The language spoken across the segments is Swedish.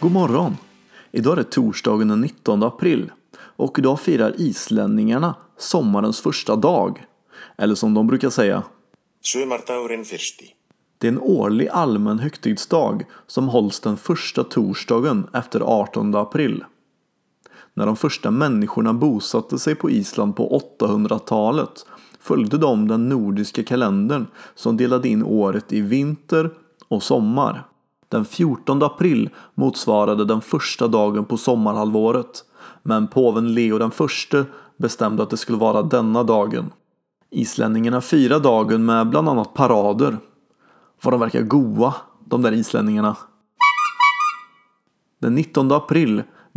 God morgon! Idag är det torsdagen den 19 april och idag firar islänningarna sommarens första dag. Eller som de brukar säga. Sumartaurin fyrsti. Det är en årlig allmän högtidsdag som hålls den första torsdagen efter 18 april. När de första människorna bosatte sig på Island på 800-talet följde de den nordiska kalendern som delade in året i vinter och sommar. Den 14 april motsvarade den första dagen på sommarhalvåret, men påven Leo den förste bestämde att det skulle vara denna dagen. Islänningarna firar dagen med bland annat parader. Vad de verkar goa, de där islänningarna. Den 19 april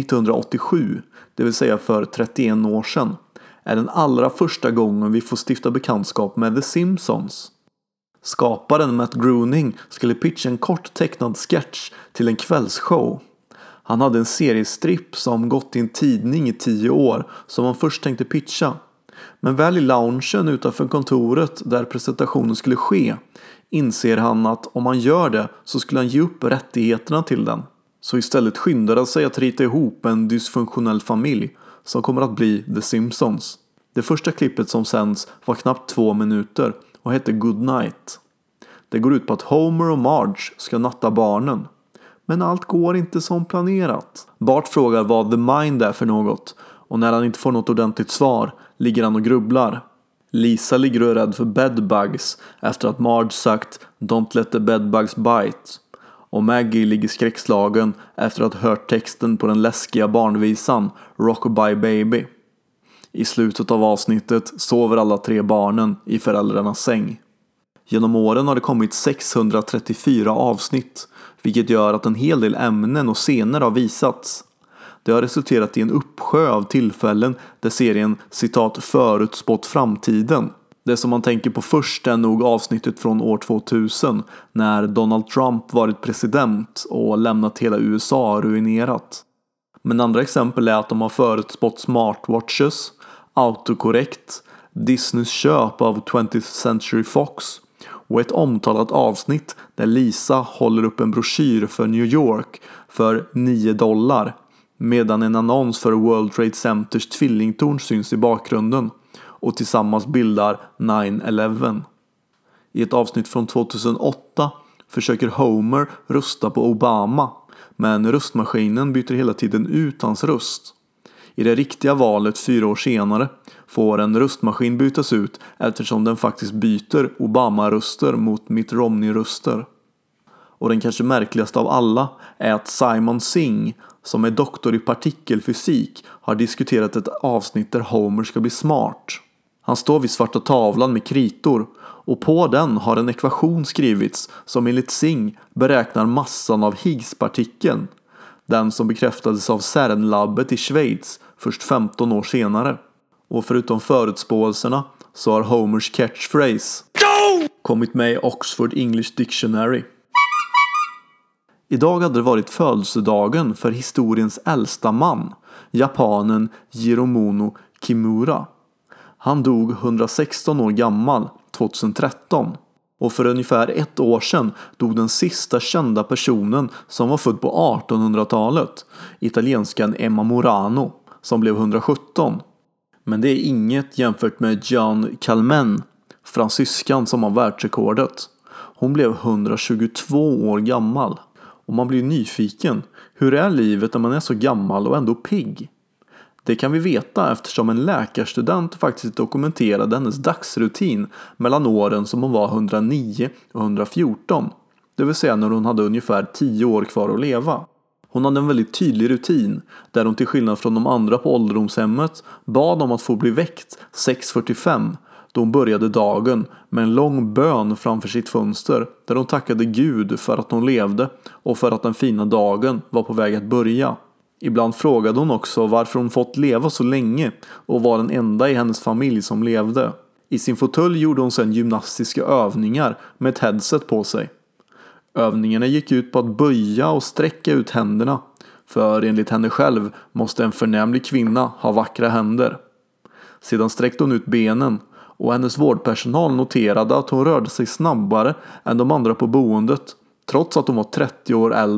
1987, det vill säga för 31 år sedan, är den allra första gången vi får stifta bekantskap med The Simpsons. Skaparen Matt Groening skulle pitcha en kort tecknad sketch till en kvällsshow. Han hade en seriestripp som gått i en tidning i 10 år som han först tänkte pitcha. Men väl i loungen utanför kontoret där presentationen skulle ske inser han att om han gör det så skulle han ge upp rättigheterna till den. Så istället skyndar han sig att rita ihop en dysfunktionell familj som kommer att bli The Simpsons. Det första klippet som sänds var knappt 2 minuter och hette Good Night. Det går ut på att Homer och Marge ska natta barnen. Men allt går inte som planerat. Bart frågar vad The Mind är för något och när han inte får något ordentligt svar ligger han och grubblar. Lisa ligger och är rädd för bedbugs efter att Marge sagt Don't let the bedbugs bite. Och Maggie ligger skräckslagen efter att ha hört texten på den läskiga barnvisan Rockabye Baby. I slutet av avsnittet sover alla 3 barnen i föräldrarnas säng. Genom åren har det kommit 634 avsnitt, vilket gör att en hel del ämnen och scener har visats. Det har resulterat i en uppsjö av tillfällen där serien citat förutspått framtiden. Det som man tänker på först är nog avsnittet från år 2000 när Donald Trump varit president och lämnat hela USA ruinerat. Men andra exempel är att de har förutspått smartwatches, autokorrekt, Disneys köp av 20th Century Fox och ett omtalat avsnitt där Lisa håller upp en broschyr för New York för $9 medan en annons för World Trade Centers tvillingtorn syns i bakgrunden och tillsammans bildar 9/11. I ett avsnitt från 2008 försöker Homer rösta på Obama, men röstmaskinen byter hela tiden ut hans röst. I det riktiga valet 4 år senare får en röstmaskin bytas ut eftersom den faktiskt byter Obama-röster mot Mitt Romney-röster. Och den kanske märkligaste av alla är att Simon Singh, som är doktor i partikelfysik, har diskuterat ett avsnitt där Homer ska bli smart. Han står vid svarta tavlan med kritor och på den har en ekvation skrivits som enligt Singh beräknar massan av Higgs-partikeln. Den som bekräftades av CERN-labbet i Schweiz först 15 år senare. Och förutom förutspåelserna så har Homers catchphrase kommit med i Oxford English Dictionary. Idag hade det varit födelsedagen för historiens äldsta man, japanen Hiromono Kimura. Han dog 116 år gammal 2013. Och för ungefär 1 år sedan dog den sista kända personen som var född på 1800-talet, italienskan Emma Morano, som blev 117. Men det är inget jämfört med Jeanne Calment, fransyskan som har världsrekordet. Hon blev 122 år gammal. Och man blir nyfiken. Hur är livet när man är så gammal och ändå pigg? Det kan vi veta eftersom en läkarstudent faktiskt dokumenterade hennes dagsrutin mellan åren som hon var 109 och 114. Det vill säga när hon hade ungefär 10 år kvar att leva. Hon hade en väldigt tydlig rutin där hon till skillnad från de andra på ålderdomshemmet bad om att få bli väckt 6:45 då hon började dagen med en lång bön framför sitt fönster där hon tackade Gud för att hon levde och för att den fina dagen var på väg att börja. Ibland frågade hon också varför hon fått leva så länge och var den enda i hennes familj som levde. I sin fåtölj gjorde hon sedan gymnastiska övningar med ett headset på sig. Övningarna gick ut på att böja och sträcka ut händerna, för enligt henne själv måste en förnämlig kvinna ha vackra händer. Sedan sträckte hon ut benen och hennes vårdpersonal noterade att hon rörde sig snabbare än de andra på boendet, trots att hon var 30 år äldre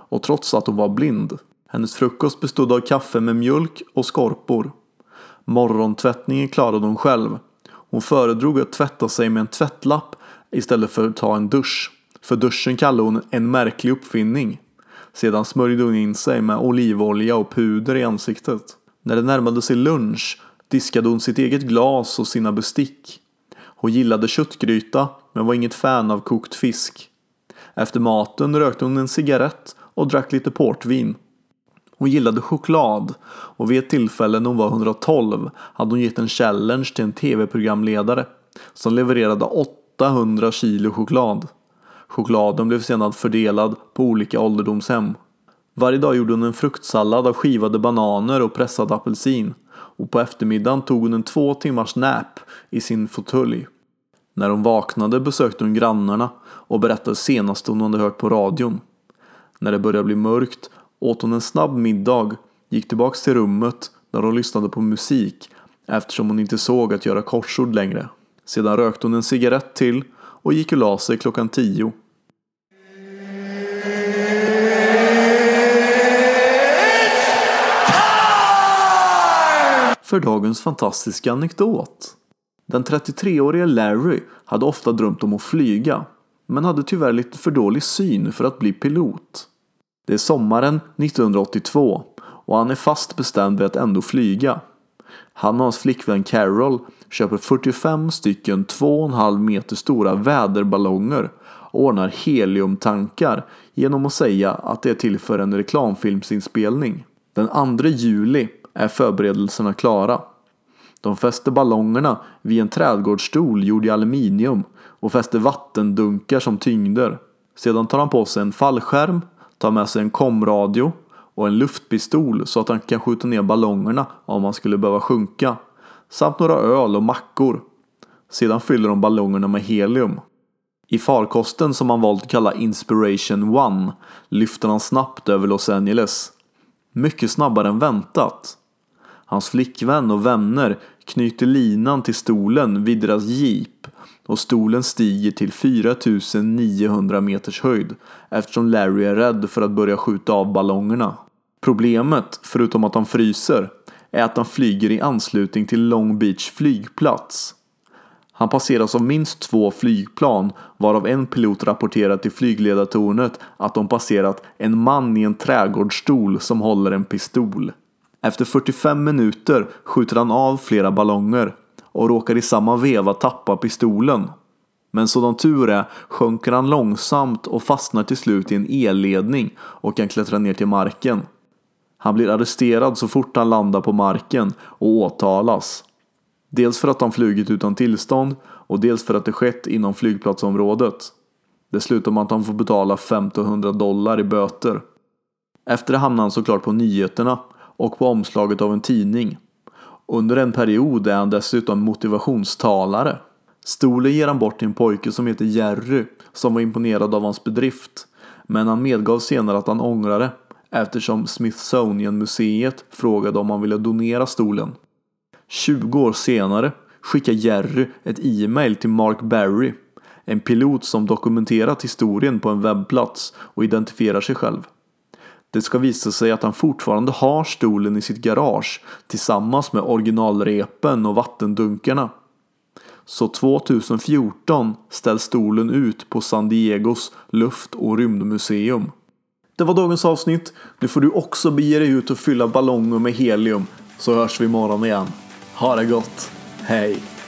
och trots att hon var blind. Hennes frukost bestod av kaffe med mjölk och skorpor. Morgontvättningen klarade hon själv. Hon föredrog att tvätta sig med en tvättlapp istället för att ta en dusch. För duschen kallade hon en märklig uppfinning. Sedan smörjde hon in sig med olivolja och puder i ansiktet. När det närmade sig lunch diskade hon sitt eget glas och sina bestick. Hon gillade köttgryta men var inget fan av kokt fisk. Efter maten rökte hon en cigarett och drack lite portvin. Hon gillade choklad och vid ett tillfälle när hon var 112 hade hon gett en challenge till en tv-programledare som levererade 800 kilo choklad. Chokladen blev sedan fördelad på olika ålderdomshem. Varje dag gjorde hon en fruktsallad av skivade bananer och pressad apelsin och på eftermiddagen tog hon en 2 timmars nap i sin fåtölj. När hon vaknade besökte hon grannarna och berättade senast hon hade hört på radion. När det började bli mörkt åt hon en snabb middag, gick tillbaka till rummet där hon lyssnade på musik eftersom hon inte såg att göra korsord längre. Sedan rökte hon en cigarett till och gick och la sig 10:00. För dagens fantastiska anekdot. Den 33-åriga Larry hade ofta drömt om att flyga, men hade tyvärr lite för dålig syn för att bli pilot. Det är sommaren 1982 och han är fast bestämd vid att ändå flyga. Han och hans flickvän Carol köper 45 stycken 2,5 meter stora väderballonger och ordnar heliumtankar genom att säga att det är till för en reklamfilmsinspelning. Den 2 juli är förberedelserna klara. De fäster ballongerna vid en trädgårdsstol gjord i aluminium och fäster vattendunkar som tyngder. Sedan tar han på sig en fallskärm, tar med sig en komradio och en luftpistol så att han kan skjuta ner ballongerna om han skulle behöva sjunka. Samt några öl och mackor. Sedan fyller de ballongerna med helium. I farkosten som han valt att kalla Inspiration 1 lyfter han snabbt över Los Angeles. Mycket snabbare än väntat. Hans flickvän och vänner knyter linan till stolen vid deras jeep och stolen stiger till 4900 meters höjd eftersom Larry är rädd för att börja skjuta av ballongerna. Problemet, förutom att han fryser, är att han flyger i anslutning till Long Beach flygplats. Han passeras av minst 2 flygplan varav en pilot rapporterar till flygledartornet att de passerat en man i en trädgårdsstol som håller en pistol. Efter 45 minuter skjuter han av flera ballonger och råkar i samma veva tappa pistolen. Men sådan tur är sjunker han långsamt och fastnar till slut i en elledning och kan klättra ner till marken. Han blir arresterad så fort han landar på marken och åtalas. Dels för att han flugit utan tillstånd och dels för att det skett inom flygplatsområdet. Det slutar med att han får betala $1500 i böter. Efter det hamnar han såklart på nyheterna och på omslaget av en tidning. Under en period är han dessutom motivationstalare. Stolen ger han bort till en pojke som heter Jerry som var imponerad av hans bedrift. Men han medgav senare att han ångrar det eftersom Smithsonian-museet frågade om han ville donera stolen. 20 år senare skickar Jerry ett e-mail till Mark Barry, en pilot som dokumenterat historien på en webbplats och identifierar sig själv. Det ska visa sig att han fortfarande har stolen i sitt garage tillsammans med originalrepen och vattendunkarna. Så 2014 ställs stolen ut på San Diegos luft- och rymdmuseum. Det var dagens avsnitt. Nu får du också bege dig ut och fylla ballonger med helium, så hörs vi imorgon igen. Ha det gott. Hej!